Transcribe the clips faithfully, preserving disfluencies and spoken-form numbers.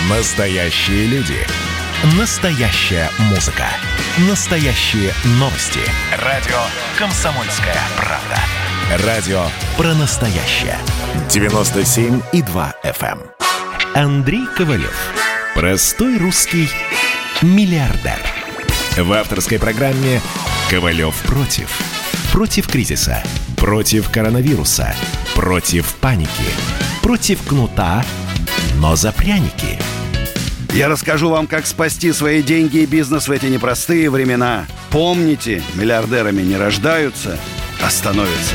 Настоящие люди. Настоящая музыка. Настоящие новости. Радио «Комсомольская правда». Радио про настоящее. девяносто семь и два эф эм. Андрей Ковалев. Простой русский миллиардер. В авторской программе «Ковалев против». Против кризиса. Против коронавируса. Против паники. Против кнута, но за пряники. Я расскажу вам, как спасти свои деньги и бизнес в эти непростые времена. Помните, миллиардерами не рождаются, а становятся.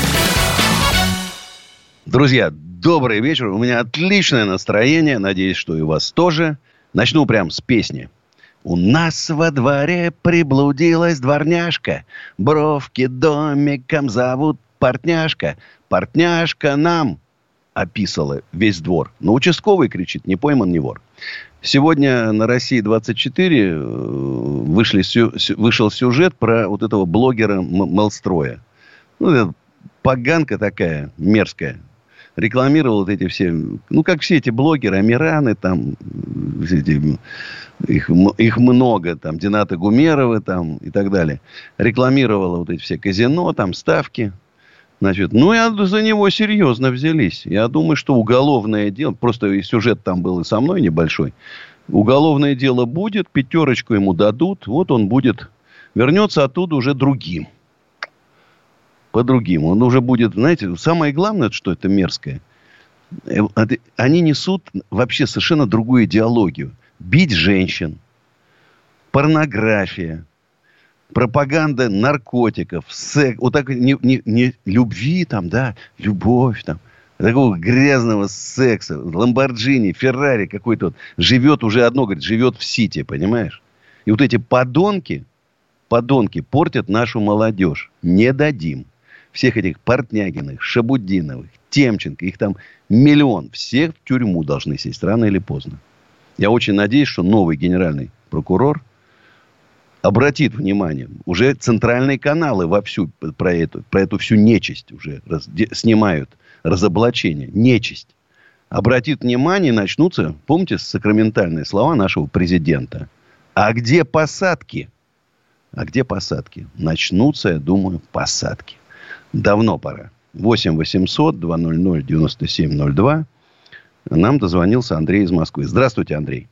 Друзья, добрый вечер. У меня отличное настроение. Надеюсь, что и у вас тоже. Начну прям с песни. У нас во дворе приблудилась дворняжка. Бровки домиком зовут Портняшка. Портняшка нам описала весь двор. Но участковый кричит: не пойман, не вор. Сегодня на России двадцать четыре вышли, вышел сюжет про вот этого блогера Мелстроя. Ну, это поганка такая мерзкая. Рекламировал вот эти все, ну, как все эти блогеры, Амираны, там, эти, их, их много, там, Дината Гумерова, там, и так далее. Рекламировала вот эти все казино, там, ставки. Значит, ну, я за него серьезно взялись. Я думаю, что уголовное дело, просто сюжет там был и со мной небольшой. Уголовное дело будет, пятерочку ему дадут, вот он будет, вернется оттуда уже другим. По-другим. Он уже будет, знаете, самое главное, что это мерзкое. Они несут вообще совершенно другую идеологию. Бить женщин, порнография, пропаганда наркотиков, секс, вот так не, не, не любви там, да, любовь там, такого грязного секса, Ламборджини, Феррари какой-то вот, живет уже одно, говорит, живет в Сити, понимаешь? И вот эти подонки, подонки портят нашу молодежь. Не дадим. Всех этих Портнягиных, Шабудиновых, Темченко, их там миллион. Всех в тюрьму должны сесть рано или поздно. Я очень надеюсь, что новый генеральный прокурор обратит внимание. Уже центральные каналы вовсю про эту, про эту всю нечисть уже раз, де, снимают разоблачение. Нечисть. Обратит внимание, начнутся, помните, сакраментальные слова нашего президента. А где посадки? А где посадки? Начнутся, я думаю, посадки. Давно пора. восемь восемьсот двести девяносто семь ноль два. Нам дозвонился Андрей из Москвы. Здравствуйте, Андрей.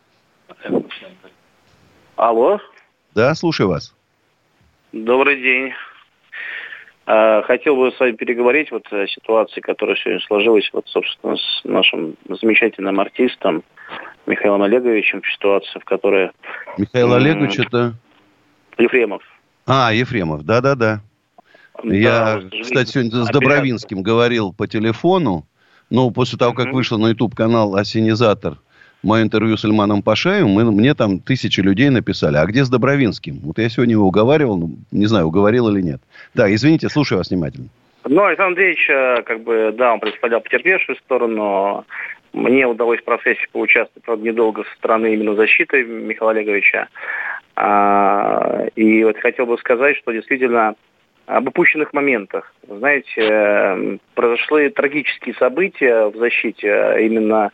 Алло. Да, слушаю вас. Добрый день. Хотел бы с вами переговорить вот о ситуации, которая сегодня сложилась, вот, собственно, с нашим замечательным артистом Михаилом Олеговичем. Ситуация, в которой... Михаил Олегович это... Ефремов. А, Ефремов, да-да-да. Да, Я, вот, кстати, сегодня с Добровинским опять... говорил по телефону. Но после того, как uh-huh. вышел на YouTube-канал «Осенизатор» мое интервью с Ильманом Пашаевым, мы, мне там тысячи людей написали. А где с Добровинским? Вот я сегодня его уговаривал, ну, не знаю, уговорил или нет. Да, извините, слушаю вас внимательно. Ну, Александр Андреевич, как бы, да, он представлял потерпевшую сторону. Мне удалось в процессе поучаствовать, правда, недолго со стороны именно защиты Михаила Олеговича. А, и вот хотел бы сказать, что действительно об упущенных моментах. Знаете, произошли трагические события в защите, именно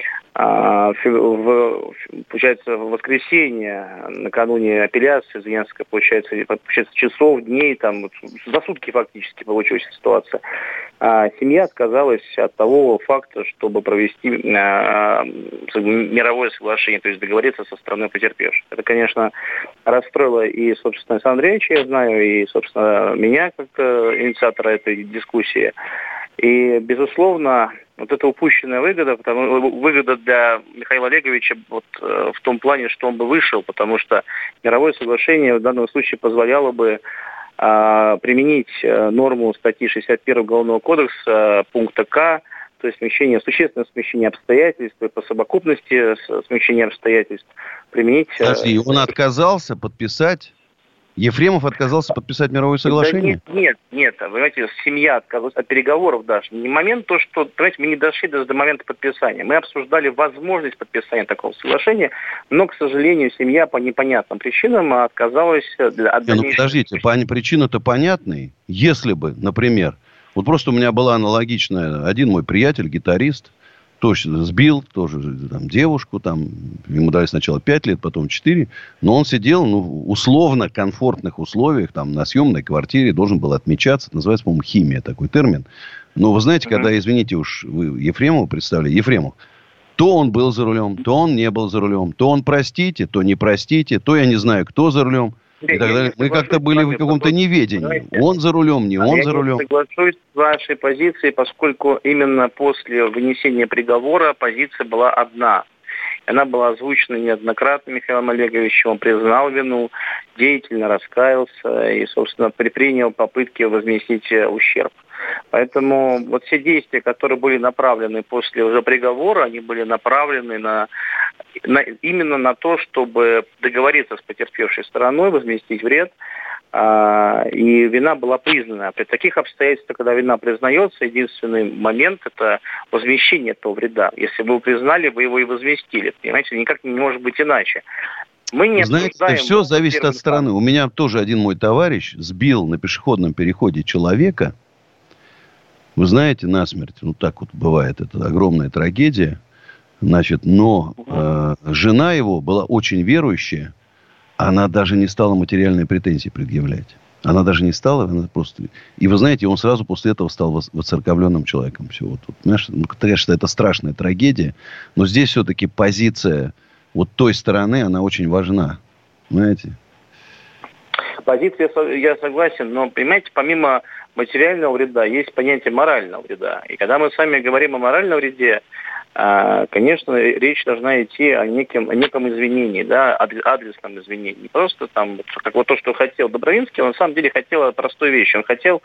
в, получается, в воскресенье, накануне апелляции Звенская, получается, получается, часов, дней, там, за сутки фактически получилась ситуация. А семья отказалась от того факта, чтобы провести а, мировое соглашение, то есть договориться со стороной потерпевших. Это, конечно, расстроило и, собственно, Александра Андреевича, я знаю, и, собственно, меня, как инициатора этой дискуссии. И, безусловно, вот эта упущенная выгода, потому, выгода для Михаила Олеговича вот, э, в том плане, что он бы вышел, потому что мировое соглашение в данном случае позволяло бы э, применить э, норму статьи шестьдесят первой Уголовного кодекса э, пункта К, то есть смягчение, существенное смягчение обстоятельств, по совокупности смягчения обстоятельств, применить... Э, Подожди, он отказался подписать... Ефремов отказался подписать мировое соглашение? Да нет, нет, нет. Вы понимаете, семья отказалась от переговоров даже. Не момент то, что, понимаете, мы не дошли даже до момента подписания. Мы обсуждали возможность подписания такого соглашения, но, к сожалению, семья по непонятным причинам отказалась для, от дальнейшего... Ну, подождите, причины-то понятные. Если бы, например, вот просто у меня была аналогичная, один мой приятель, гитарист, точно сбил тоже там, девушку, там, ему дали сначала пять лет, потом четыре, но он сидел, ну, условно комфортных условиях, там, на съемной квартире, должен был отмечаться, это называется, по-моему, химия, такой термин. Но вы знаете, mm-hmm. когда, извините уж, вы Ефремова представили, Ефремов, то он был за рулем, то он не был за рулем, то он простите, то не простите, то я не знаю, кто за рулем. И так далее. Мы как-то были в каком-то неведении. Он за рулем, не он я за рулем. Я соглашусь с вашей позицией, поскольку именно после вынесения приговора позиция была одна. Она была озвучена неоднократно Михаилом Олеговичем. Он признал вину, деятельно раскаялся и, собственно, предпринял попытки возместить ущерб. Поэтому вот все действия, которые были направлены после уже приговора, они были направлены на, на, именно на то, чтобы договориться с потерпевшей стороной, возместить вред. А, и вина была признана. При таких обстоятельствах, когда вина признается, единственный момент – это возмещение этого вреда. Если вы его признали, вы его и возместили. Понимаете, никак не может быть иначе. Мы не Знаете, это все зависит от стороны. У меня тоже один мой товарищ сбил на пешеходном переходе человека. Вы знаете, насмерть. Ну, так вот бывает. Это огромная трагедия. Значит, но э, жена его была очень верующая. Она даже не стала материальные претензии предъявлять. Она даже не стала. Она просто... И вы знаете, он сразу после этого стал воцерковленным человеком. Все, вот, вот, понимаешь, ну, конечно, это страшная трагедия. Но здесь все-таки позиция вот той стороны, она очень важна. Понимаете? Позиция, я согласен. Но, понимаете, помимо материального вреда есть понятие морального вреда. И когда мы с вами говорим о моральном вреде, конечно, речь должна идти о неком, о неком извинении, да, адресном извинении. Не просто там, как вот то, что хотел Добровинский, он на самом деле хотел простой вещи. Он хотел,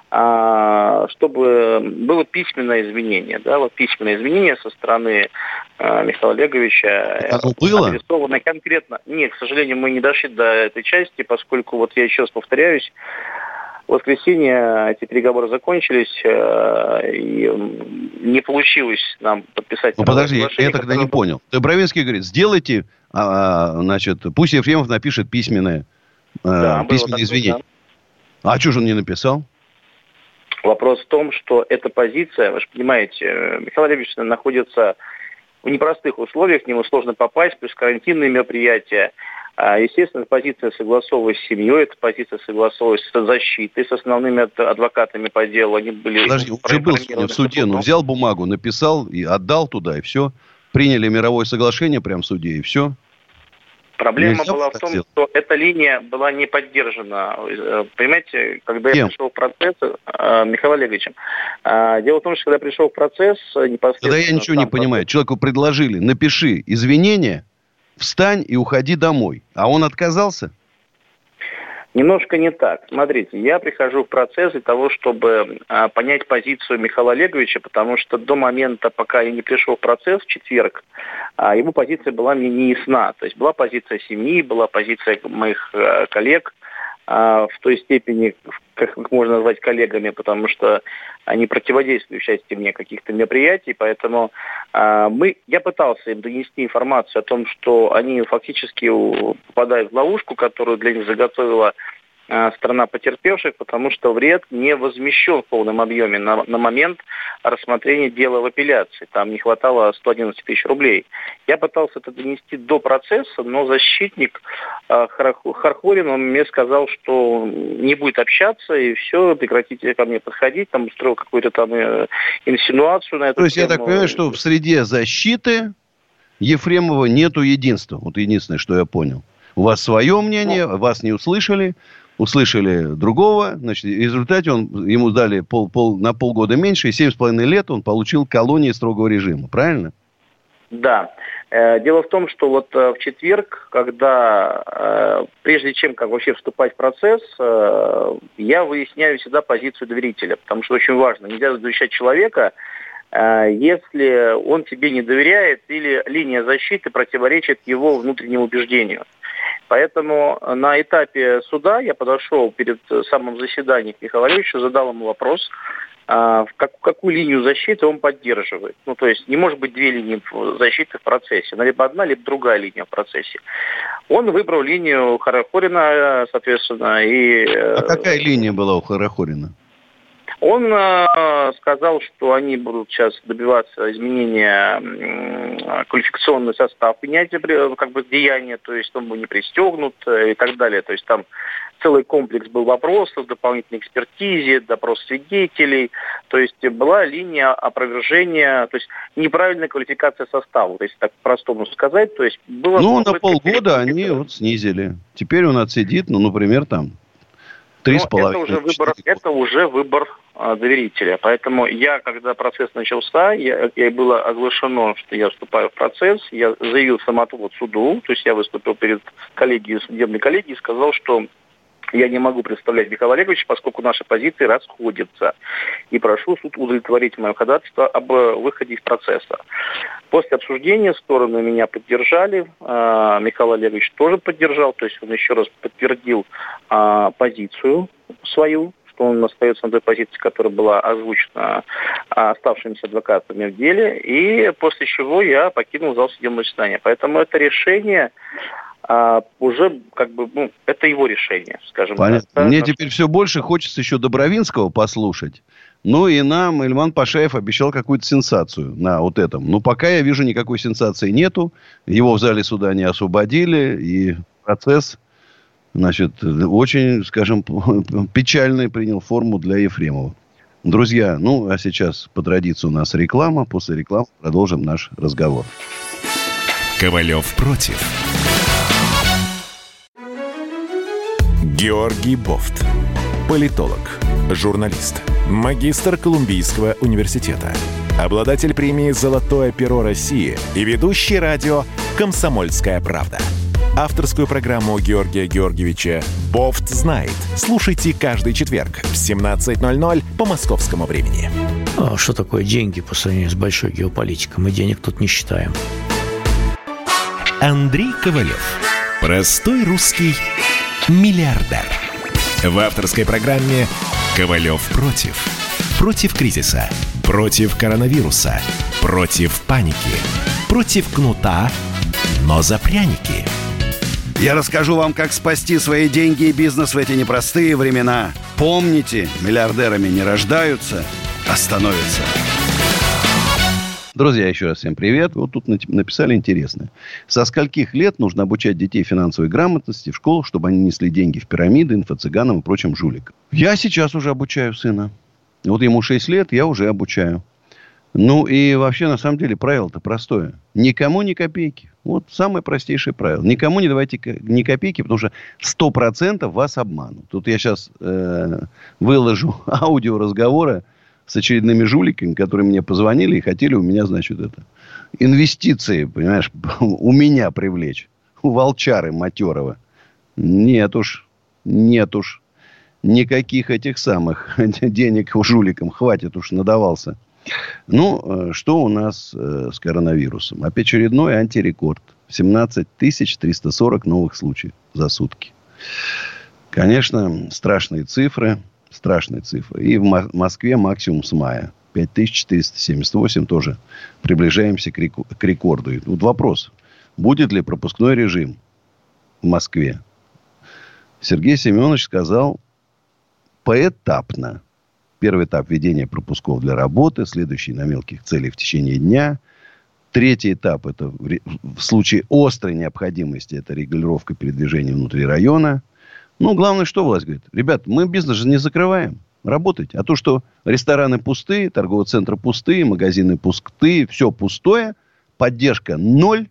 чтобы было письменное извинение, да, вот письменное извинение со стороны Михаила Олеговича. Оно было? Адресовано конкретно. Нет, к сожалению, мы не дошли до этой части, поскольку, вот я еще раз повторяюсь, в воскресенье эти переговоры закончились, и не получилось нам подписать... Ну, подожди, я, я тогда не понял. Добровинский говорит, сделайте, а, значит, пусть Ефремов напишет письменное, да, а, письменное извинение. Да. А что же он не написал? Вопрос в том, что эта позиция, вы же понимаете, Михаил Олегович находится в непростых условиях, к нему сложно попасть, плюс карантинные мероприятия. Естественно, позиция согласовывалась с семьей, эта позиция согласовывалась с защитой, с основными адвокатами по делу. Они были... Подожди, уже был в суде, ну взял бумагу, написал и отдал туда, и все. Приняли мировое соглашение прямо в суде, и все. Проблема Нельзя была в том, сделать? Что эта линия была не поддержана. Понимаете, когда Кем? я пришел в процесс, Михаил Олеговичем, дело в том, что когда я пришел в процесс, непосредственно... Тогда я ничего не понимаю. Человеку предложили, напиши извинения, встань и уходи домой. А он отказался? Немножко не так. Смотрите, я прихожу в процесс для того, чтобы а, понять позицию Михаила Олеговича, потому что до момента, пока я не пришел в процесс в четверг, а, его позиция была мне не ясна. То есть была позиция семьи, была позиция моих а, коллег, а, в той степени, как их можно назвать коллегами, потому что они противодействуют участию мне каких-то мероприятий, поэтому а, мы, я пытался им донести информацию о том, что они фактически попадают в ловушку, которую для них заготовила а, страна потерпевших, потому что вред не возмещен в полном объеме на, на момент рассмотрения дела в апелляции. Там не хватало сто одиннадцать тысяч рублей. Я пытался это донести до процесса, но защитник а, Хархорин, он мне сказал, что не будет общаться, и все, прекратите ко мне подходить, там устроил какую-то там э, инсинуацию на эту То есть тему. Я так понимаю, что в среде защиты Ефремова нету единства. Вот единственное, что я понял. У вас свое мнение, ну, вас не услышали, услышали другого, значит, в результате он, ему дали пол, пол, на полгода меньше, и семь с половиной лет он получил колонии строгого режима, правильно? Да. Дело в том, что вот в четверг, когда, прежде чем как вообще вступать в процесс, я выясняю всегда позицию доверителя, потому что очень важно, нельзя доверять человека, если он тебе не доверяет или линия защиты противоречит его внутреннему убеждению. Поэтому на этапе суда я подошел перед самым заседанием к Михаилу Олеговичу, задал ему вопрос, в как, какую линию защиты он поддерживает. Ну, то есть не может быть две линии защиты в процессе, либо одна, либо другая линия в процессе. Он выбрал линию Хархорина, соответственно, и... А какая линия была у Хархорина? Он э, сказал, что они будут сейчас добиваться изменения э, квалификационный состав принятия как бы деяния, то есть он был не пристегнут э, и так далее. То есть там целый комплекс был вопросов, дополнительной экспертизе, допрос свидетелей. То есть была линия опровержения, то есть неправильная квалификация состава. То есть так по-простому сказать. То есть было ну, на полгода они вот снизили. Теперь он отсидит, ну, например, там три с половиной. Это уже выбор, это уже выбор а, доверителя. Поэтому я, когда процесс начался, я, я было оглашено, что я вступаю в процесс, я заявил самоотвод суду, то есть я выступил перед коллегией, судебной коллегией и сказал, что я не могу представлять Михаила Олеговича, поскольку наши позиции расходятся. И прошу суд удовлетворить мое ходатайство об выходе из процесса. После обсуждения стороны меня поддержали. Э, Михаил Олегович тоже поддержал. То есть он еще раз подтвердил э, позицию свою, что он остается на той позиции, которая была озвучена оставшимися адвокатами в деле. И после чего я покинул зал судебного заседания. Поэтому это решение... А уже как бы, ну, это его решение, скажем Понятно. так. Мне теперь все больше хочется еще Добровинского послушать. Ну и нам Ильман Пашаев обещал какую-то сенсацию на вот этом. Но пока я вижу, никакой сенсации нету. Его в зале суда не освободили. И процесс, значит, очень, скажем, печальный принял форму для Ефремова. Друзья, ну а сейчас по традиции у нас реклама. После рекламы продолжим наш разговор. Ковалев против. Георгий Бофт. Политолог, журналист, магистр Колумбийского университета, обладатель премии «Золотое перо России» и ведущий радио «Комсомольская правда». Авторскую программу Георгия Георгиевича «Бофт знает». Слушайте каждый четверг в семнадцать ноль ноль по московскому времени. А что такое деньги по сравнению с большой геополитикой? Мы денег тут не считаем. Андрей Ковалев. Простой русский миллиардер. В авторской программе «Ковалев против». Против кризиса, против коронавируса, против паники, против кнута, но за пряники. Я расскажу вам, как спасти свои деньги и бизнес в эти непростые времена. Помните, миллиардерами не рождаются, а становятся. Друзья, еще раз всем привет. Вот тут написали интересное. Со скольких лет нужно обучать детей финансовой грамотности в школах, чтобы они несли деньги в пирамиды, инфо-цыганам и прочим жуликам? Я сейчас уже обучаю сына. Вот ему шесть лет, я уже обучаю. Ну и вообще, на самом деле, правило-то простое. Никому ни копейки. Вот самое простейшее правило. Никому не давайте ни копейки, потому что сто процентов вас обманут. Тут я сейчас э, выложу аудио разговора с очередными жуликами, которые мне позвонили и хотели у меня, значит, это инвестиции, понимаешь, у меня привлечь. У волчары матерого. Нет уж, нет уж. Никаких этих самых денег у жуликам. Хватит уж, надавался. Ну, что у нас с коронавирусом? Опять очередной антирекорд. семнадцать тысяч триста сорок новых случаев за сутки. Конечно, страшные цифры. Страшные цифры. И в Москве максимум с мая. пять тысяч четыреста семьдесят восемь тоже. Приближаемся к рекорду. И тут вопрос. Будет ли пропускной режим в Москве? Сергей Семенович сказал поэтапно. Первый этап введения пропусков для работы. Следующий на мелких целях в течение дня. Третий этап это в случае острой необходимости. Это регулировка передвижения внутри района. Ну, главное, что власть говорит? Ребят, мы бизнес же не закрываем. Работайте. А то, что рестораны пустые, торговые центры пустые, магазины пустые, все пустое, поддержка ноль.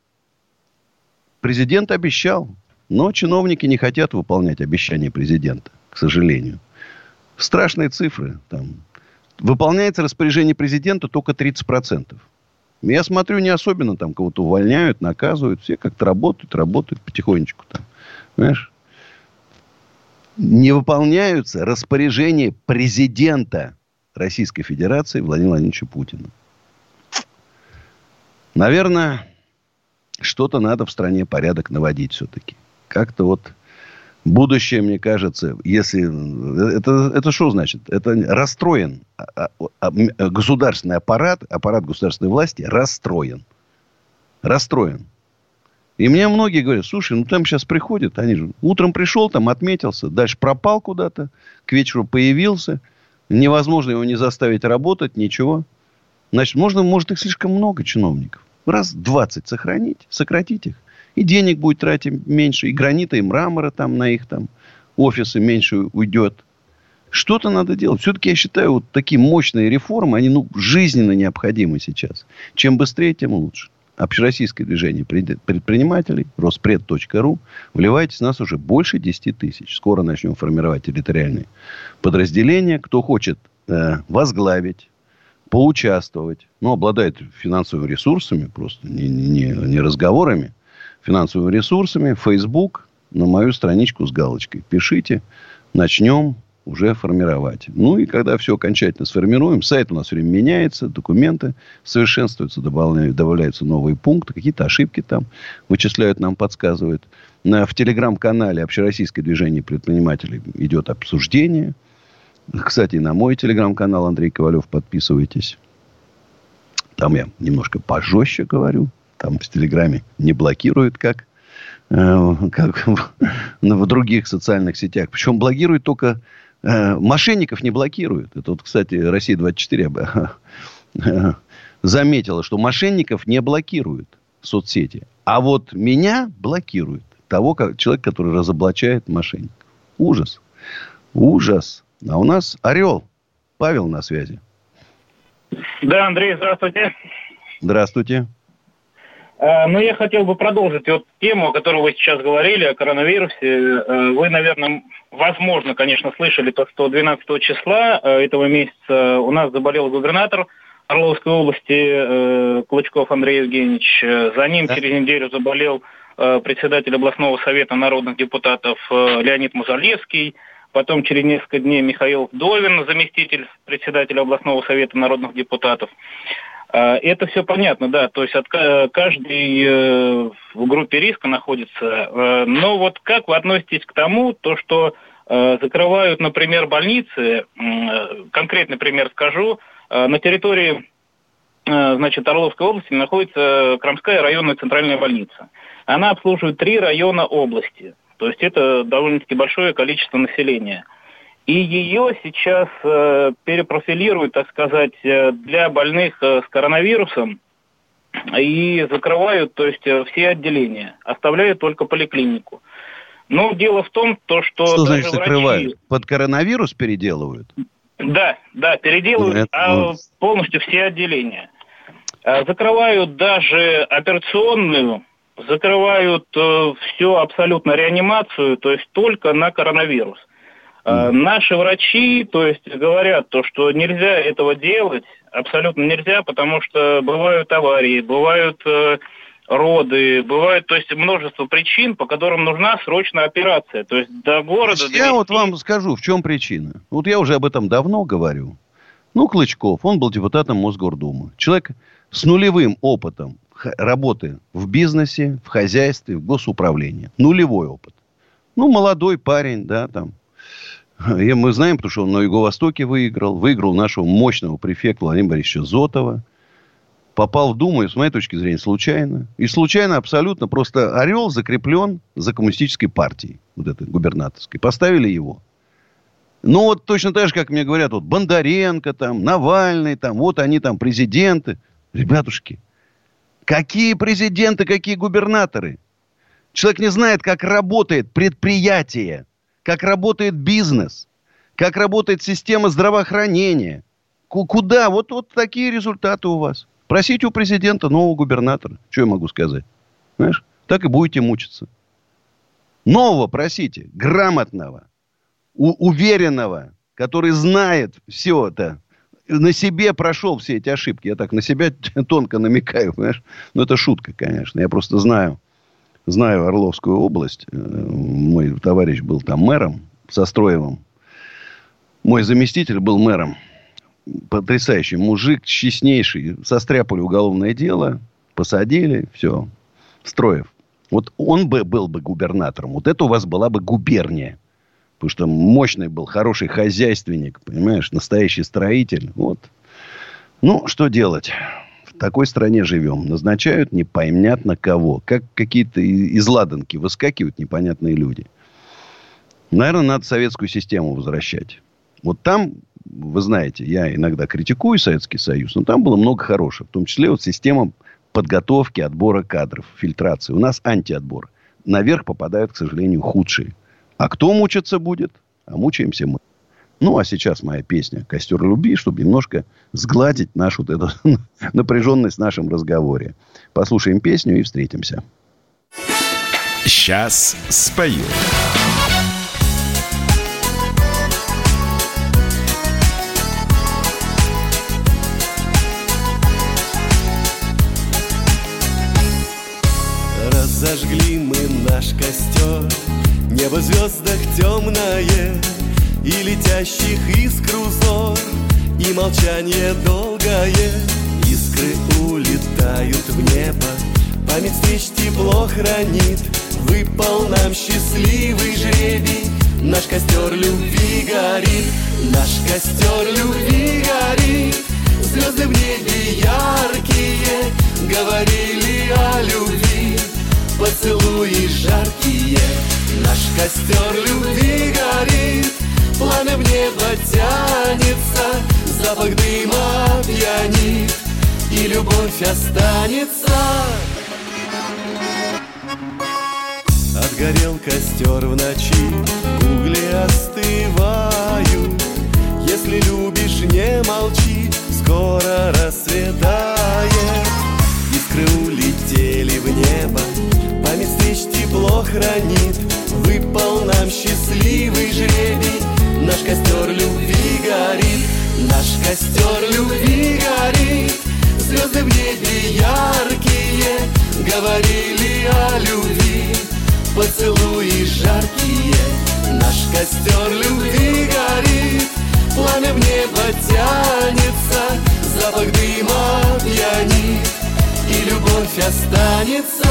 Президент обещал. Но чиновники не хотят выполнять обещания президента, к сожалению. Страшные цифры. Там. Выполняется распоряжение президента только тридцать процентов. Я смотрю, не особенно там кого-то увольняют, наказывают. Все как-то работают, работают потихонечку. Там. Понимаешь? Не выполняются распоряжения президента Российской Федерации Владимира Владимировича Путина. Наверное, что-то надо в стране порядок наводить все-таки. Как-то вот будущее, мне кажется, если... Это, это что значит? Это расстроен государственный аппарат, аппарат государственной власти расстроен. Расстроен. И мне многие говорят, слушай, ну там сейчас приходят, они же утром пришел, там отметился, дальше пропал куда-то, к вечеру появился, Невозможно его не заставить работать, ничего. Значит, можно, может, их слишком много, чиновников. Раз двадцать сохранить, сократить их. И денег будет тратить меньше, и гранита, и мрамора там на их там офисы меньше уйдет. Что-то надо делать. Все-таки я считаю, вот такие мощные реформы, они ну, жизненно необходимы сейчас. Чем быстрее, тем лучше. Общероссийское движение предпринимателей, роспред точка ру. Вливайтесь, нас уже больше десяти тысяч. Скоро начнем формировать территориальные подразделения. Кто хочет э, возглавить, поучаствовать, ну, обладает финансовыми ресурсами, просто не, не, не разговорами, финансовыми ресурсами, Facebook, на мою страничку с галочкой. Пишите, начнем уже формировать. Ну, и когда все окончательно сформируем, сайт у нас все время меняется, документы совершенствуются, добавляются новые пункты, какие-то ошибки там вычисляют, нам подсказывают. В телеграм-канале Общероссийское движение предпринимателей идет обсуждение. Кстати, на мой телеграм-канал Андрей Ковалев подписывайтесь. Там я немножко пожестче говорю. Там в телеграме не блокируют, как, э, как в, в других социальных сетях. Причем блокируют только... Э, мошенников не блокируют. Это вот, кстати, Россия двадцать четыре заметила, что мошенников не блокируют в соцсети. А вот меня блокируют. Того как, человека, который разоблачает мошенников. Ужас. Ужас. А у нас Орел. Павел на связи. Да, Андрей, здравствуйте. Здравствуйте. А, ну, я хотел бы продолжить вот тему, о которой вы сейчас говорили, о коронавирусе. Вы, наверное, возможно, конечно, слышали, то, что двенадцатого числа этого месяца у нас заболел губернатор Орловской области Клычков Андрей Евгеньевич. За ним да. через неделю заболел председатель областного совета народных депутатов Леонид Музалевский. Потом через несколько дней Михаил Вдовин, заместитель председателя областного совета народных депутатов. Это все понятно, да, то есть от, каждый в группе риска находится. Но вот как вы относитесь к тому, то, что закрывают, например, больницы, конкретный пример скажу, на территории, значит, Орловской области находится Крамская районная центральная больница. Она обслуживает три района области. То есть это довольно-таки большое количество населения. И ее сейчас э, перепрофилируют, так сказать, для больных э, с коронавирусом и закрывают, то есть, все отделения, оставляют только поликлинику. Но дело в том, то, что... Что значит врачи... закрывают? Под коронавирус переделывают? Да, да, переделывают Это... а полностью все отделения. Закрывают даже операционную, закрывают э, всю абсолютно реанимацию, то есть только на коронавирус. Э, наши врачи, то есть говорят, то, что нельзя этого делать, абсолютно нельзя, потому что бывают аварии, бывают э, роды, бывает, то есть множество причин, по которым нужна срочная операция. То есть до города... Я довести... вот вам скажу, в чем причина. Вот я уже об этом давно говорю. Ну, Клычков, он был депутатом Мосгордумы. Человек с нулевым опытом работы в бизнесе, в хозяйстве, в госуправлении. Нулевой опыт. Ну, молодой парень, да, там. И мы знаем, потому что он на Юго-Востоке выиграл. Выиграл нашего мощного префекта Владимира Борисовича Зотова. Попал в Думу, и, с моей точки зрения, случайно. И случайно абсолютно. Просто Орел закреплен за коммунистической партией. Вот этой губернаторской. Поставили его. Ну, вот точно так же, как мне говорят, вот Бондаренко, там, Навальный, там, вот они там президенты. Ребятушки, какие президенты, какие губернаторы? Человек не знает, как работает предприятие, как работает бизнес, как работает система здравоохранения. К- куда? Вот, вот такие результаты у вас. Просите у президента нового губернатора. Что я могу сказать? Знаешь, так и будете мучиться. Нового просите, грамотного, у- уверенного, который знает все это. На себе прошел все эти ошибки. Я так на себя тонко намекаю, понимаешь? Ну, это шутка, конечно. Я просто знаю, знаю Орловскую область. Мой товарищ был там мэром, Состроевым. Мой заместитель был мэром. Потрясающий мужик, честнейший. Состряпали уголовное дело, посадили, все. Строев. Вот он бы был бы губернатором. Вот это у вас была бы губерния. Потому что мощный был, хороший хозяйственник, понимаешь, настоящий строитель. Вот. Ну, что делать? В такой стране живем. Назначают непонятно кого. Как какие-то из ладанки выскакивают непонятные люди. Наверное, надо советскую систему возвращать. Вот там вы знаете, я иногда критикую Советский Союз, но там было много хорошего. В том числе вот система подготовки, отбора кадров, фильтрации. У нас антиотбор. Наверх попадают, к сожалению, худшие. А кто мучиться будет? А мучаемся мы. Ну, а сейчас моя песня «Костер любви», чтобы немножко сгладить нашу вот эту напряженность в нашем разговоре. Послушаем песню и встретимся. Сейчас спою. Разожгли мы наш костер, небо в звездах темное, и летящих искр узор, и молчание долгое. Искры улетают в небо, память встреч тепло хранит. Выпал нам счастливый жребий, наш костер любви горит. Наш костер любви горит, звезды в небе яркие говорили о любви, поцелуи жаркие. Наш костер любви горит, пламя в небо тянется, запах дыма пьянит, и любовь останется. Отгорел костер в ночи, угли остывают. Если любишь, не молчи, скоро рассветает. Искры улетели в небо, память встреч тепло хранит. Выпал нам счастливый жребий, наш костер любви горит. Наш костер любви горит, звезды в небе яркие говорили о любви, поцелуи жаркие. Наш костер любви горит, пламя в небо тянется, запах дыма пьянит, и любовь останется.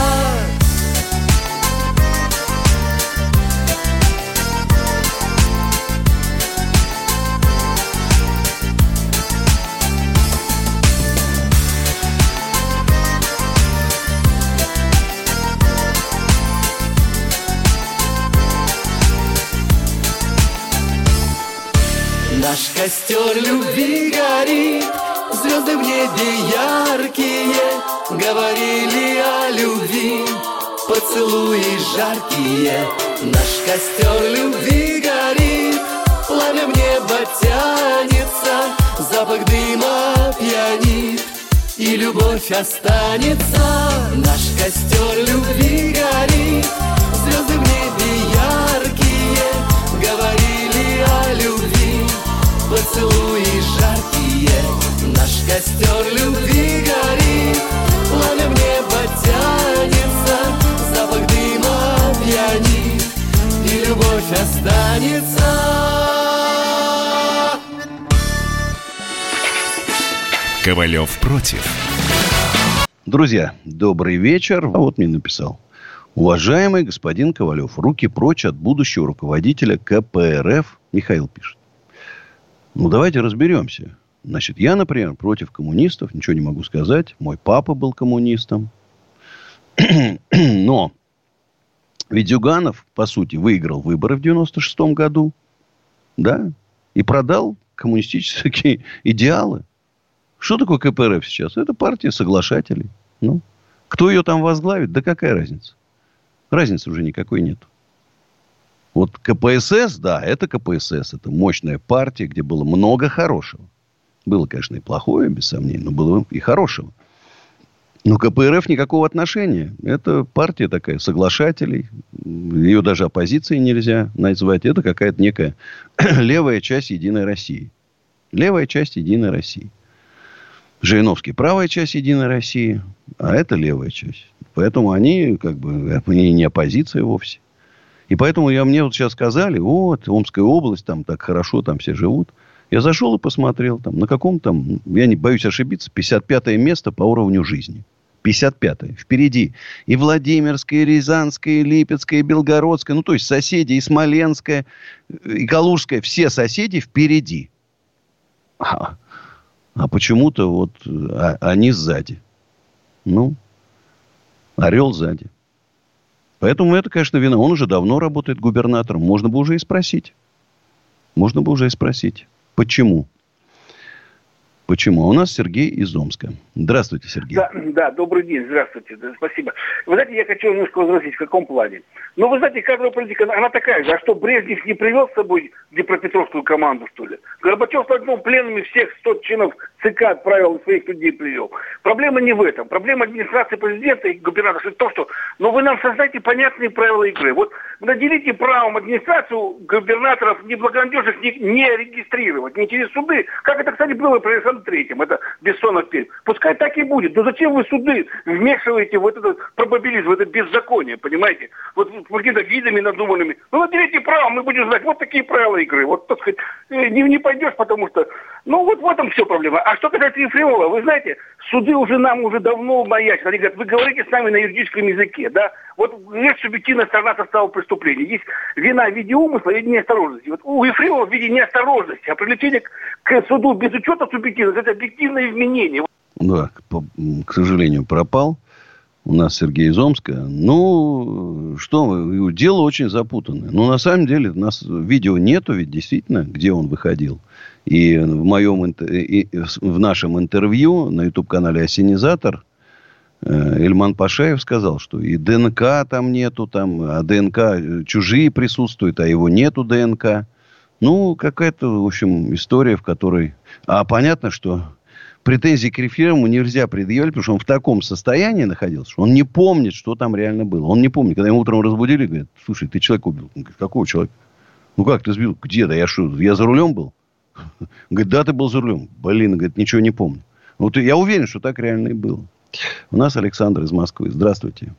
Наш костер любви горит, звезды в небе яркие говорили о любви, поцелуи жаркие. Наш костер любви горит, пламя в небо тянется, запах дыма пьянит, и любовь останется. Наш костер любви горит, звезды в небе яркие говорили о любви, поцелуи жаркие. Наш костер любви горит, пламя в небо тянется, запах дыма пьянит, и любовь останется. Ковалев против. Друзья, добрый вечер. А вот мне написал. Уважаемый господин Ковалев, руки прочь от будущего руководителя ка пэ эр эф. Михаил пишет. Ну, давайте разберемся. Значит, я, например, против коммунистов. Ничего не могу сказать. Мой папа был коммунистом. Но ведь Зюганов, по сути, выиграл выборы в девяносто шестом году. Да? И продал коммунистические идеалы. Что такое ка пэ эр эф сейчас? Это партия соглашателей. Ну, кто ее там возглавит? Да какая разница? Разницы уже никакой нет. Вот ка пэ эс эс, да, это ка пэ эс эс. Это мощная партия, где было много хорошего. Было, конечно, и плохое, без сомнений, но было и хорошего. Но ка пэ эр эф никакого отношения. Это партия такая соглашателей. Ее даже оппозицией нельзя назвать. Это какая-то некая левая часть Единой России. Левая часть Единой России. Жириновский правая часть Единой России, а это левая часть. Поэтому они, как бы, они не оппозиция вовсе. И поэтому я, мне вот сейчас сказали, вот, Омская область, там так хорошо, там все живут. Я зашел и посмотрел, там, на каком там, я не боюсь ошибиться, пятьдесят пятое место по уровню жизни. пятьдесят пятое. Впереди и Владимирская, и Рязанская, и Липецкая, и Белгородская, ну, то есть соседи, и Смоленская, и Калужская, все соседи впереди. А, а почему-то вот а, они сзади. Ну, орел сзади. Поэтому это, конечно, вина. Он уже давно работает губернатором. Можно бы уже и спросить. Можно бы уже и спросить. Почему? Почему? А у нас Сергей из Омска. Здравствуйте, Сергей. Да, да, добрый день, здравствуйте, да, спасибо. Вы знаете, я хочу немножко возразить, в каком плане. Ну, вы знаете, кадровая политика, она такая же. А что, Брежнев не привел с собой Днепропетровскую команду, что ли? Горбачев столкнул пленными всех сто членов ЦК, отправил своих людей, привел. Проблема не в этом. Проблема администрации президента и губернатора в том, что, ну, вы нам создайте понятные правила игры. Вот наделите правом администрацию губернаторов неблагонадежных не, не регистрировать, не через суды. Как это, кстати, было при Александре Третьем. Это Бессонов перед. Пускай так и будет. Но зачем вы суды вмешиваете в этот пробабилизм, в это беззаконие, понимаете? Вот какими-то гидами надуманными. Ну, наделите право, мы будем знать. Вот такие правила игры. Вот, так сказать, не, не пойдешь, потому что... Ну, вот в этом все проблема. А что касается Ефремова, вы знаете, суды уже нам уже давно маячат. Они говорят, вы говорите с нами на юридическом языке, да? Вот есть субъективная сторона состава преступления. Есть вина в виде умысла и неосторожности. Вот у Ефремова в виде неосторожности. А привлечение к суду без учета субъективности — это объективное вменение. Да, к сожалению, пропал. У нас Сергей из Омска. Ну, что вы, дело очень запутанное. Но на самом деле у нас видео нету, ведь действительно, где он выходил. И в моем, и в нашем интервью на YouTube-канале «Осенизатор» Ильман Пашаев сказал, что и ДНК там нету, там, а ДНК чужие присутствуют, а его нету ДНК. Ну, какая-то, в общем, история, в которой... А понятно, что претензий к Ефремову нельзя предъявлять, потому что он в таком состоянии находился, что он не помнит, что там реально было. Он не помнит. Когда ему утром разбудили, говорят, слушай, ты человека убил. Он говорит, какого человека? Ну, как ты сбил? Где? Да я что, я за рулем был? Он говорит, да, ты был за рулем. Блин, говорит, ничего не помню. Вот я уверен, что так реально и было. У нас Александр из Москвы. Здравствуйте.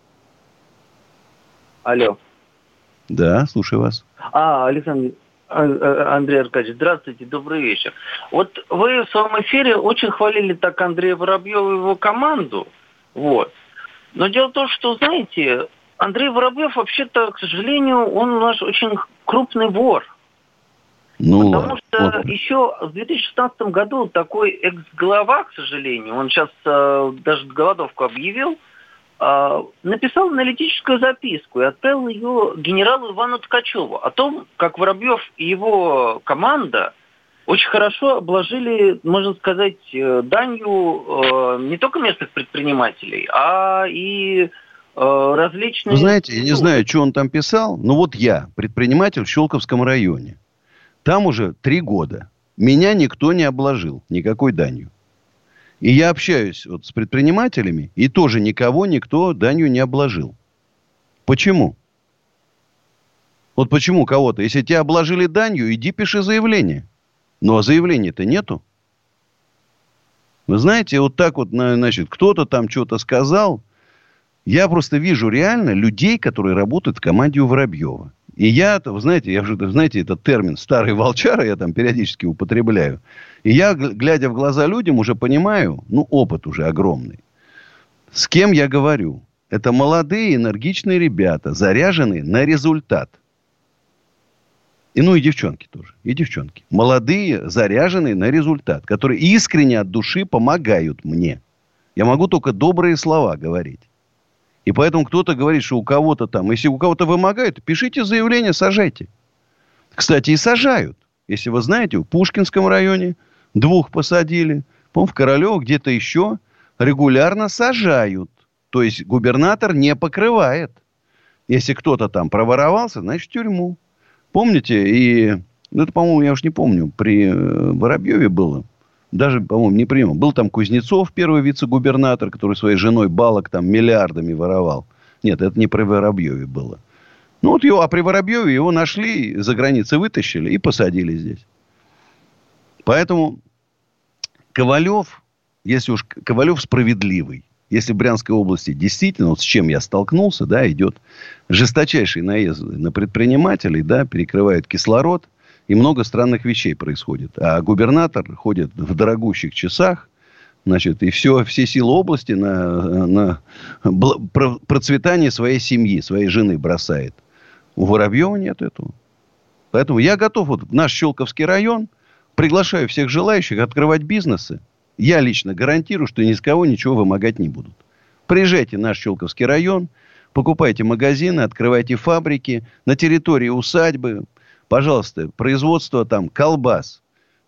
Алло. Да, слушаю вас. А, Александр, Андрей Аркадьевич, здравствуйте, добрый вечер. Вот вы в своем эфире очень хвалили так Андрея Воробьева и его команду. Вот. Но дело в том, что, знаете, Андрей Воробьев, вообще-то, к сожалению, он у нас очень крупный вор. Ну, Потому ладно. что Вот. еще в две тысячи шестнадцатом году такой экс-глава, к сожалению, он сейчас э, даже голодовку объявил, э, написал аналитическую записку и отправил ее генералу Ивану Ткачеву о том, как Воробьев и его команда очень хорошо обложили, можно сказать, данью э, не только местных предпринимателей, а и э, различные... Вы знаете, я не знаю, что он там писал, но вот я, предприниматель в Щелковском районе. Там уже три года. Меня никто не обложил никакой данью. И я общаюсь вот с предпринимателями, и тоже никого никто данью не обложил. Почему? Вот почему кого-то? Если тебя обложили данью, иди пиши заявление. Ну, а заявления-то нету. Вы знаете, вот так вот, значит, кто-то там что-то сказал. Я просто вижу реально людей, которые работают в команде у Воробьева. И я, вы знаете, я уже, знаете, этот термин «старый волчара» я там периодически употребляю. И я, глядя в глаза людям, уже понимаю, ну, опыт уже огромный. С кем я говорю? Это молодые, энергичные ребята, заряженные на результат. И, ну, и девчонки тоже. И девчонки. Молодые, заряженные на результат, которые искренне от души помогают мне. Я могу только добрые слова говорить. И поэтому кто-то говорит, что у кого-то там... Если у кого-то вымогают, пишите заявление, сажайте. Кстати, и сажают. Если вы знаете, в Пушкинском районе двух посадили. По-моему, в Королево где-то еще регулярно сажают. То есть губернатор не покрывает. Если кто-то там проворовался, значит, в тюрьму. Помните? И... Ну, это, по-моему, я уж не помню. При Воробьеве было. Даже, по-моему, не принял. Был там Кузнецов, первый вице-губернатор, который своей женой балок там миллиардами воровал. Нет, это не при Воробьеве было. Ну, вот его, а при Воробьеве его нашли, за границей вытащили и посадили здесь. Поэтому Ковалев, если уж Ковалев справедливый, если в Брянской области действительно, вот с чем я столкнулся, да, идет жесточайший наезд на предпринимателей, да, перекрывают кислород, и много странных вещей происходит. А губернатор ходит в дорогущих часах, значит, и все, все силы области на, на процветание своей семьи, своей жены бросает. У Воробьева нет этого. Поэтому я готов, вот в наш Щелковский район, приглашаю всех желающих открывать бизнесы. Я лично гарантирую, что ни с кого ничего вымогать не будут. Приезжайте в наш Щелковский район, покупайте магазины, открывайте фабрики на территории усадьбы. Пожалуйста, производство там колбас,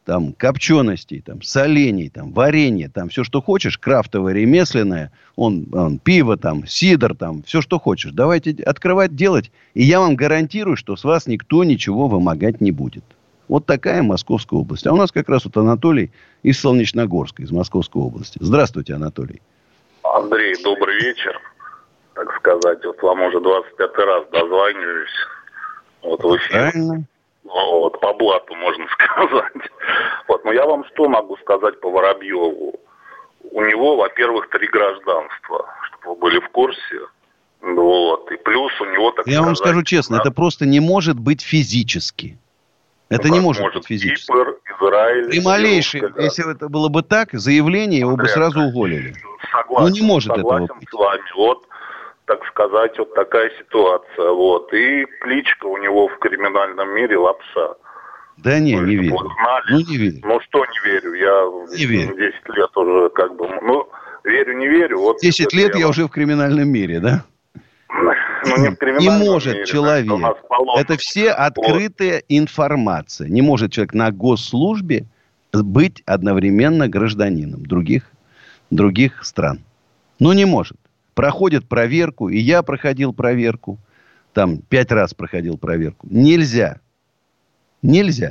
там, копченостей, там, солений, там, варенье, там, все, что хочешь, крафтовое, ремесленное, он, он, пиво, там, сидр, там, все, что хочешь. Давайте открывать, делать. И я вам гарантирую, что с вас никто ничего вымогать не будет. Вот такая Московская область. А у нас как раз вот Анатолий из Солнечногорска, из Московской области. Здравствуйте, Анатолий. Андрей, добрый вечер. Так сказать, вот вам уже двадцать пятый раз дозваниваюсь. Вот в эфире. Правильно. Вот, по блату, можно сказать. Вот, но я вам что могу сказать по Воробьеву? У него, во-первых, три гражданства, чтобы вы были в курсе. Вот, и плюс у него, так я сказать... вам скажу честно, да, это просто не может быть физически. Это ну, не может, может быть физически. Кипр, Израиль... При малейшей, если это было бы так, заявление его бы сразу уволили. Согласен, ну, не может согласен этого быть. С вами. Вот, так сказать, вот такая ситуация. Вот. И кличка у него в криминальном мире Лапша. Да не, не верю. Ну, не верю. Ну, что не верю? Я не верю. десять лет уже как бы... Ну, верю, не верю. Вот десять лет я, я уже в криминальном мире, да? Ну, не, в не может мире, человек. Это все открытая вот. информация. Не может человек на госслужбе быть одновременно гражданином других, других стран. Ну, не может. Проходит проверку, и я проходил проверку. Там пять раз проходил проверку. Нельзя. Нельзя.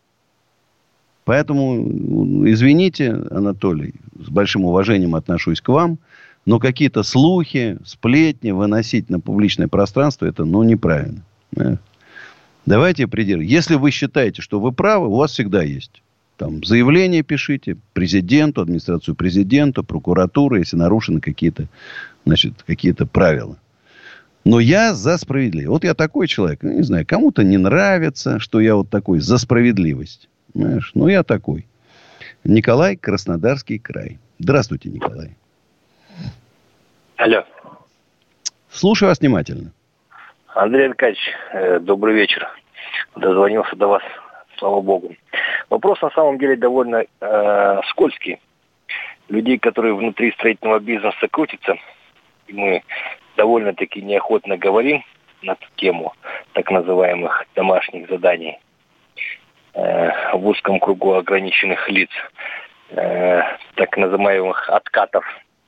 Поэтому, извините, Анатолий, с большим уважением отношусь к вам, но какие-то слухи, сплетни выносить на публичное пространство, это, ну, неправильно. Давайте придерживаем. Если вы считаете, что вы правы, у вас всегда есть. Там заявление пишите президенту, администрацию президента, прокуратуру, если нарушены какие-то, значит, какие-то правила. Но я за справедливость. Вот я такой человек, ну, не знаю, кому-то не нравится, что я вот такой за справедливость. Знаешь, ну, я такой. Николай, Краснодарский край. Здравствуйте, Николай. Алло. Слушаю вас внимательно. Андрей Аркадьевич, э, добрый вечер. Дозвонился до вас, слава богу. Вопрос на самом деле довольно э, скользкий. Людей, которые внутри строительного бизнеса крутятся, и мы довольно-таки неохотно говорим на эту тему так называемых домашних заданий э, в узком кругу ограниченных лиц, э, так называемых откатов.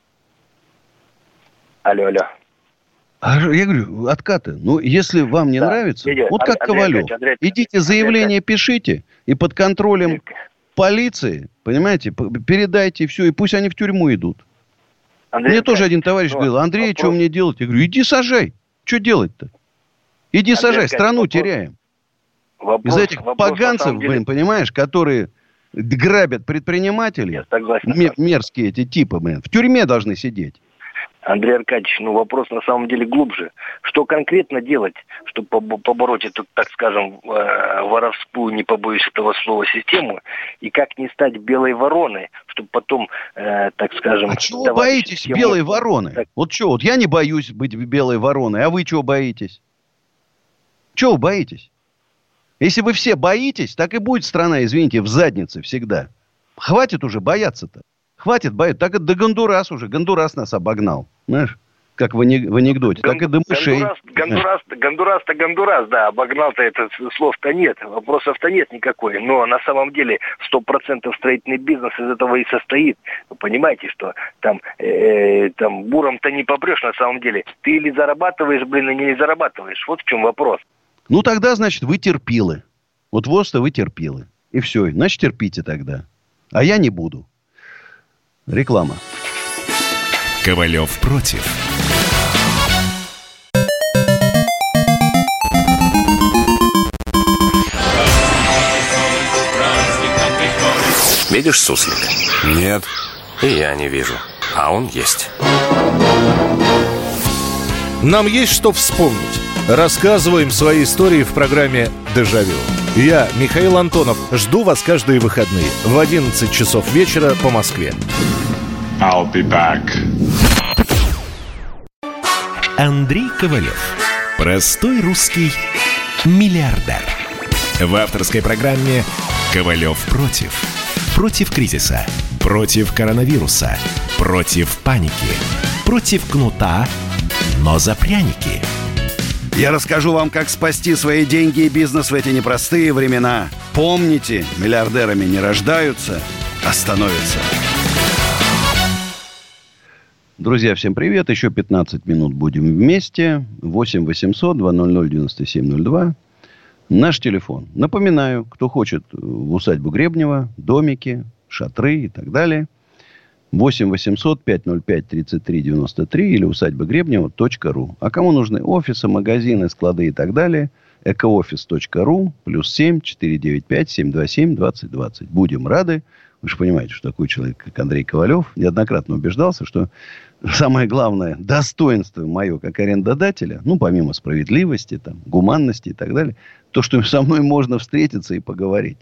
Алло, алло. А я говорю, откаты. Ну, если вам не да. нравится, Дядя, вот как Андрей, Ковалев, Андрей, Андрей, идите заявление Андрей, пишите, и под контролем Андрей. полиции, понимаете, передайте все, и пусть они в тюрьму идут. Андрей, мне Андрей, тоже один товарищ ну, говорил, Андрей, вопрос... что мне делать? Я говорю, иди сажай. Что делать-то? Иди Андрей, сажай, страну вопрос... теряем. Вопрос, Из этих вопрос, поганцев, деле... блин, понимаешь, которые грабят предпринимателей, мерзкие эти типы, блин, в тюрьме должны сидеть. Андрей Аркадьевич, ну вопрос на самом деле глубже. Что конкретно делать, чтобы побороть эту, так скажем, воровскую, не побоюсь этого слова, систему, и как не стать белой вороной, чтобы потом, так скажем... А чего вы боитесь систему... белой вороны? Так... Вот что, вот я не боюсь быть белой вороной, а вы чего боитесь? Чего вы боитесь? Если вы все боитесь, так и будет страна, извините, в заднице всегда. Хватит уже бояться-то. Хватит бояться. Так и до Гондурас уже. Гондурас нас обогнал. Знаешь, как в, ани- в анекдоте. Гон- так и до мышей. Гондурас, Гондурас, Гондурас-то Гондурас, да. Обогнал-то это слов-то нет. Вопросов-то нет никакой. Но на самом деле сто процентов строительный бизнес из этого и состоит. Вы понимаете, что там, э, там буром-то не попрешь на самом деле. Ты или зарабатываешь, блин, или не зарабатываешь. Вот в чем вопрос. Ну, тогда, значит, вы терпилы. Вот ВОЗ-то вы терпилы. И все. Значит, терпите тогда. А я не буду. Реклама. Ковалев против. Видишь суслика? Нет. И я не вижу. А он есть. Нам есть что вспомнить. Рассказываем свои истории в программе «Дежавю». Я, Михаил Антонов, жду вас каждые выходные в одиннадцать часов вечера по Москве. I'll be back. Андрей Ковалев. Простой русский миллиардер. В авторской программе «Ковалев против». Против кризиса, против коронавируса, против паники, против кнута, но за пряники. Я расскажу вам, как спасти свои деньги и бизнес в эти непростые времена. Помните, миллиардерами не рождаются, а становятся. Друзья, всем привет. Еще пятнадцать минут будем вместе. восемь восемьсот двести девяносто семь ноль два. Наш телефон. Напоминаю, кто хочет в усадьбу Гребнева, домики, шатры и так далее. восемь восемьсот пятьсот пять тридцать три девяносто три или усадьба Гребнева точка ру. А кому нужны офисы, магазины, склады и так далее, экоофис точка ру, плюс семь четыре девять пять семь два семь двадцать двадцать. Будем рады. Вы же понимаете, что такой человек, как Андрей Ковалев, неоднократно убеждался, что самое главное достоинство мое как арендодателя, ну, помимо справедливости, там, гуманности и так далее, то, что со мной можно встретиться и поговорить.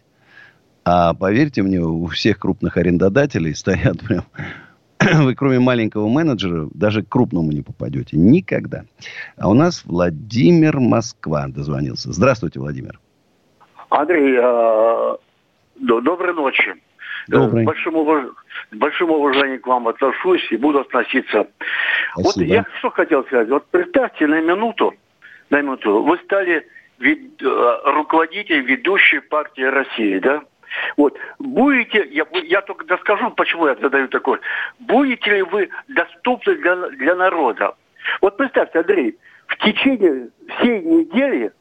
А поверьте мне, у всех крупных арендодателей стоят прям... Вы, кроме маленького менеджера, даже к крупному не попадете. Никогда. А у нас Владимир Москва дозвонился. Здравствуйте, Владимир. Андрей, э, доброй ночи. Добрый. С большим, уваж... с большим уважением к вам отношусь и буду относиться. Спасибо. Вот я что хотел сказать. Вот представьте на минуту, на минуту, вы стали вид... руководителем ведущей партии России, да? Вот, будете, я, я только доскажу, почему я задаю такой, будете ли вы доступны для, для народа? Вот представьте, Андрей, в течение всей недели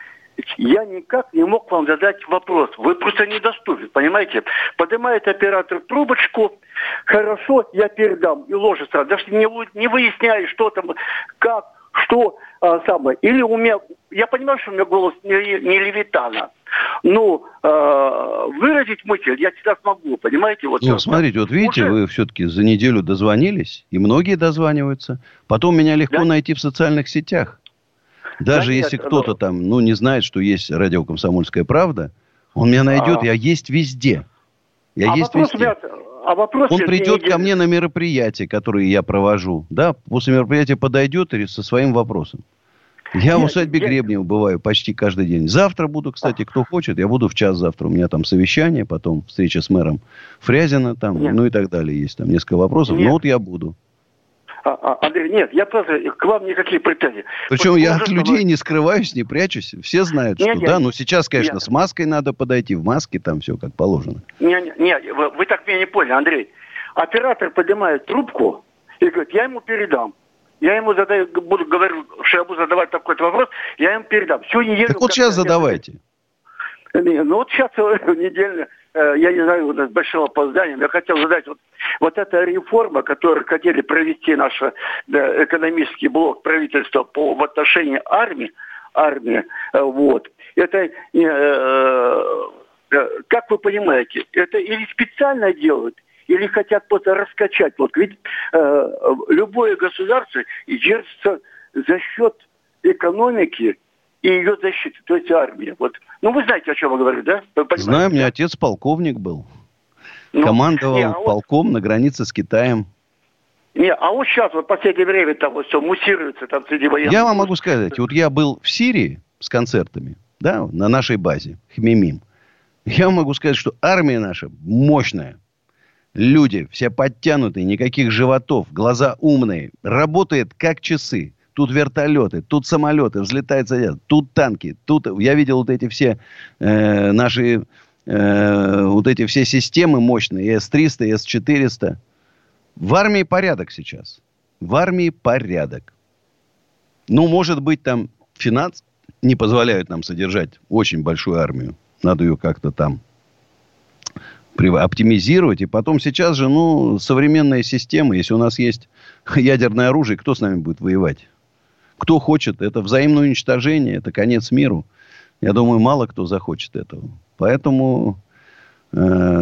я никак не мог вам задать вопрос. Вы просто недоступны, понимаете? Поднимает оператор трубочку, хорошо, я передам, и ложится сразу. Даже не, не выясняю, что там, как, что а, самое. Или у меня, я понимаю, что у меня голос не, не Левитана. Ну, э, выразить мысль я всегда смогу, понимаете? Вот, ну, смотрите, вот видите, уже... вы все-таки за неделю дозвонились, и многие дозваниваются. Потом меня легко да? найти в социальных сетях. Даже да если нет, кто-то но... там, ну, не знает, что есть радио «Комсомольская правда», он меня найдет, а... я есть везде. Я а есть везде. Меня... А вопрос он придет ко мне на мероприятие, которое я провожу. Да, после мероприятия подойдет и со своим вопросом. Я в усадьбе я... Гребнева бываю почти каждый день. Завтра буду, кстати, кто хочет, я буду в час завтра. У меня там совещание, потом встреча с мэром Фрязино, там, нет. ну и так далее. Есть там несколько вопросов, нет. но вот я буду. А, а, Андрей, нет, я просто к вам никакие претензий. Причем вот, я от людей вы... не скрываюсь, не прячусь. Все знают, нет, что нет, да, ну сейчас, конечно, нет. с маской надо подойти, в маске там все как положено. Нет, нет, вы, вы так меня не поняли, Андрей. Оператор поднимает трубку и говорит, я ему передам. Я ему задаю, буду говорить, что я буду задавать такой-то вопрос, я ему передам. Всю неделю... Так вот сейчас задавайте. Ну вот сейчас недельно, я не знаю, с большим опозданием, я хотел задать, вот, вот эта реформа, которую хотели провести наш да, экономический блок правительства по, в отношении армии, армии, вот, это, э, э, как вы понимаете, это или специально делают, или хотят просто раскачать. Вот ведь э, любое государство держится за счет экономики и ее защиты, то есть армии. Вот. Ну, вы знаете, о чем я говорю, да? Знаю, у меня отец полковник был. Ну, командовал не, а полком вот, на границе с Китаем. Не, а вот сейчас, вот в последнее время там вот все муссируется там среди военных. Я вам могу сказать, вот я был в Сирии с концертами, да, на нашей базе, Хмимим. Я вам могу сказать, что армия наша мощная. Люди все подтянутые, никаких животов, глаза умные. Работает как часы. Тут вертолеты, тут самолеты, взлетают, садятся. Тут танки. Тут я видел вот эти все э, наши э, вот эти все системы мощные. эс триста, эс четыреста. В армии порядок сейчас. В армии порядок. Ну, может быть, там финансы не позволяют нам содержать очень большую армию. Надо ее как-то там оптимизировать. И потом сейчас же, ну, современная система. Если у нас есть ядерное оружие, кто с нами будет воевать? Кто хочет? Это взаимное уничтожение. Это конец миру. Я думаю, мало кто захочет этого. Поэтому э,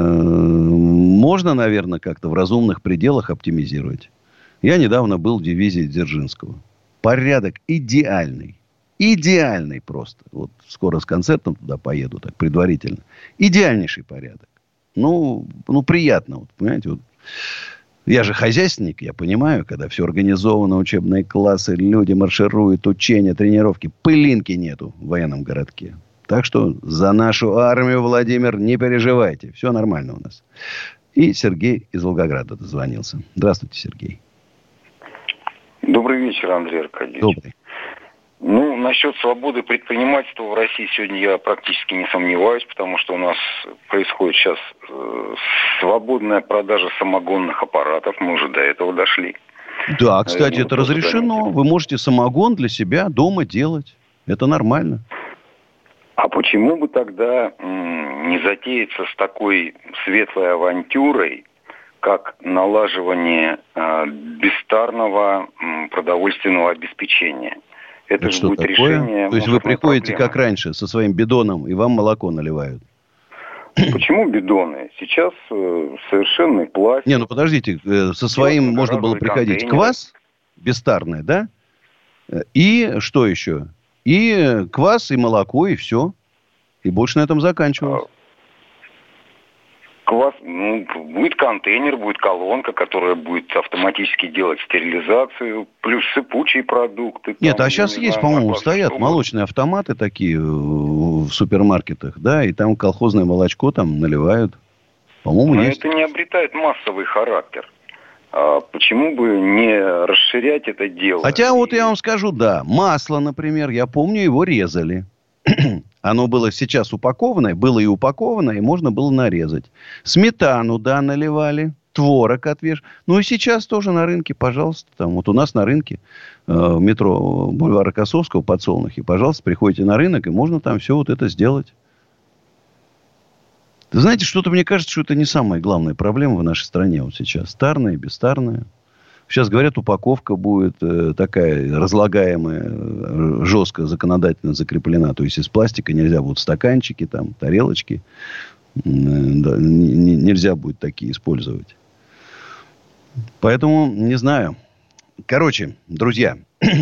можно, наверное, как-то в разумных пределах оптимизировать. Я недавно был в дивизии Дзержинского. Порядок идеальный. Идеальный просто. Вот скоро с концертом туда поеду, так предварительно. Идеальнейший порядок. Ну, ну, приятно, вот, понимаете, вот. Я же хозяйственник, я понимаю, когда все организовано, учебные классы, люди маршируют, учения, тренировки, пылинки нету в военном городке. Так что за нашу армию, Владимир, не переживайте, все нормально у нас. И Сергей из Волгограда дозвонился. Здравствуйте, Сергей. Добрый вечер, Андрей Аркадьевич. Добрый. Ну, насчет свободы предпринимательства в России сегодня я практически не сомневаюсь, потому что у нас происходит сейчас э, свободная продажа самогонных аппаратов. Мы уже до этого дошли. Да, кстати, это разрешено. Вы можете самогон для себя дома делать. Это нормально. А почему бы тогда м, не затеяться с такой светлой авантюрой, как налаживание э, бестарного м, продовольственного обеспечения? Это, Это же что будет такое? решение. То есть вы приходите, как раньше, со своим бидоном, и вам молоко наливают? Почему бидоны? Сейчас э, совершенный пластик. Не, ну подождите, э, со своим можно было приходить. Квас, бестарный, да? И что еще? И квас, и молоко, и все. И больше на этом заканчивалось. Квас, ну, будет контейнер, будет колонка, которая будет автоматически делать стерилизацию, плюс сыпучие продукты. Нет, там, а сейчас не есть, знаю, по-моему, масло, стоят что молочные автоматы такие в супермаркетах, да, и там колхозное молочко там наливают. По-моему, Но есть. это не обретает массовый характер. А почему бы не расширять это дело? Хотя вот я вам скажу, да, масло, например, я помню, его резали. Оно было сейчас упакованное, было и упакованное, и можно было нарезать. Сметану, да, наливали, творог отвеш. Ну и сейчас тоже на рынке, пожалуйста. Там вот у нас на рынке э, в метро бульвара Косовского, Подсолнухи, пожалуйста, приходите на рынок, и можно там все вот это сделать. Знаете, что-то мне кажется, что это не самая главная проблема в нашей стране вот сейчас. Старная, бестарная. Сейчас, говорят, упаковка будет э, такая разлагаемая, э, жестко законодательно закреплена. То есть из пластика нельзя будут стаканчики, там, тарелочки. Э, да, не, нельзя будет такие использовать. Поэтому не знаю. Короче, друзья,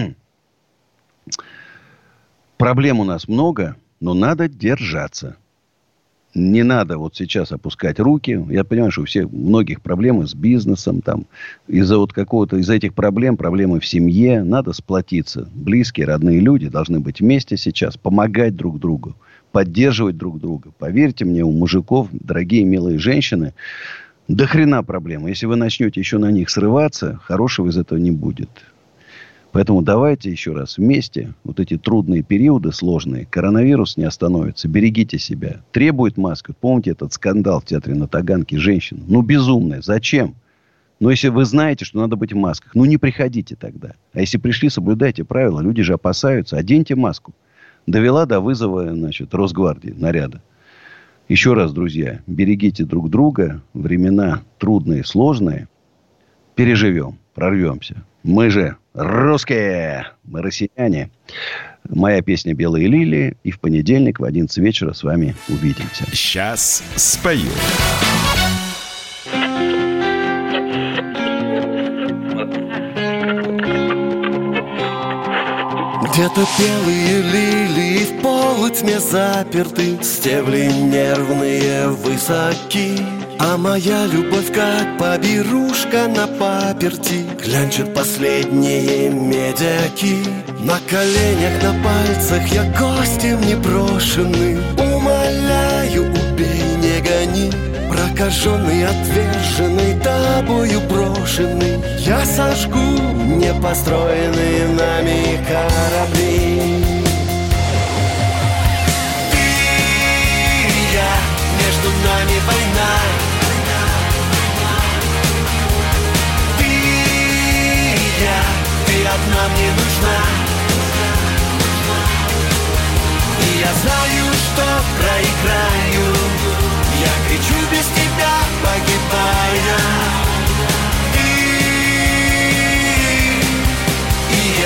проблем у нас много, но надо держаться. Не надо вот сейчас опускать руки. Я понимаю, что у всех многих проблемы с бизнесом. Там, из-за вот какого-то, из-за этих проблем, проблемы в семье. Надо сплотиться. Близкие, родные люди должны быть вместе сейчас. Помогать друг другу. Поддерживать друг друга. Поверьте мне, у мужиков, дорогие, милые женщины, до хрена проблемы. Если вы начнете еще на них срываться, хорошего из этого не будет. Поэтому давайте еще раз вместе, вот эти трудные периоды, сложные, коронавирус не остановится, берегите себя. Требует маски. Помните этот скандал в театре на Таганке, женщина? Ну, безумная. Зачем? Но если вы знаете, что надо быть в масках, ну, не приходите тогда. А если пришли, соблюдайте правила. Люди же опасаются. Оденьте маску. Довела до вызова, значит, Росгвардии, наряда. Еще раз, друзья, берегите друг друга. Времена трудные, сложные. Переживем, прорвемся. Мы же русские, мы россияне. Моя песня «Белые лилии». И в понедельник в одиннадцать вечера с вами увидимся. Сейчас спою. Где-то белые лилии в полутьме заперты, стебли нервные высоки. А моя любовь, как поберушка на паперти, клянчат последние медяки. На коленях, на пальцах я гостем непрошенный. Умоляю, убей, не гони. Прокаженный, отверженный, тобою брошенный, я сожгу непостроенные нами корабли. Ты и я, между нами война. Ты и я, ты одна мне нужна. И я знаю, что проиграю. Я кричу без тебя, погибая. Ты и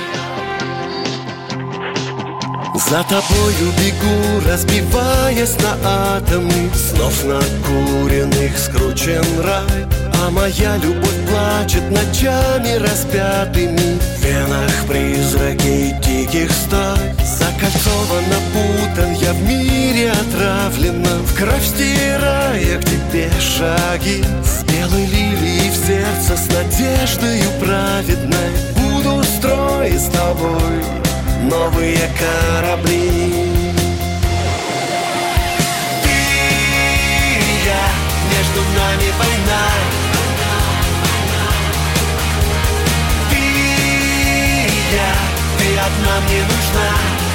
я. За тобою бегу, разбиваясь на атомы. Снов накуренных скручен рай. А моя любовь плачет ночами распятыми. В венах призраки диких стай. Закольцован, напутан, я в мире отравлена. В кровь стирая к тебе шаги. С белой лилией в сердце, с надеждою праведной буду строить с тобой новые корабли. Ты и я, между нами война. Ты и я, ты одна одна мне нужна.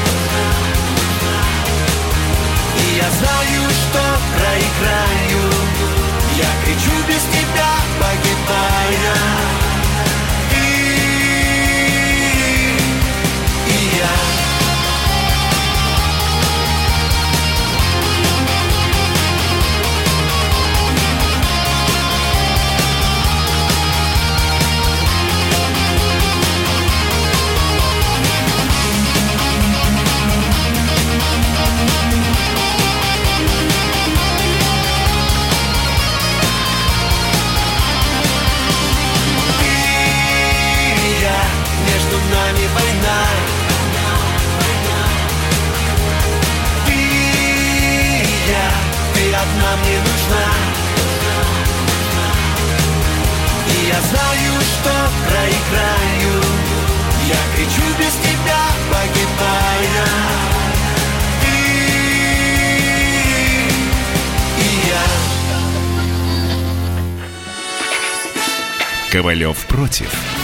И я знаю, что проиграю. Я кричу без тебя, погибая. Ты и я. Между нами война. Ты и я, ты одна мне нужна. И я знаю, что проиграю. Я кричу без тебя, погибая. Ты и я. Ковалев против.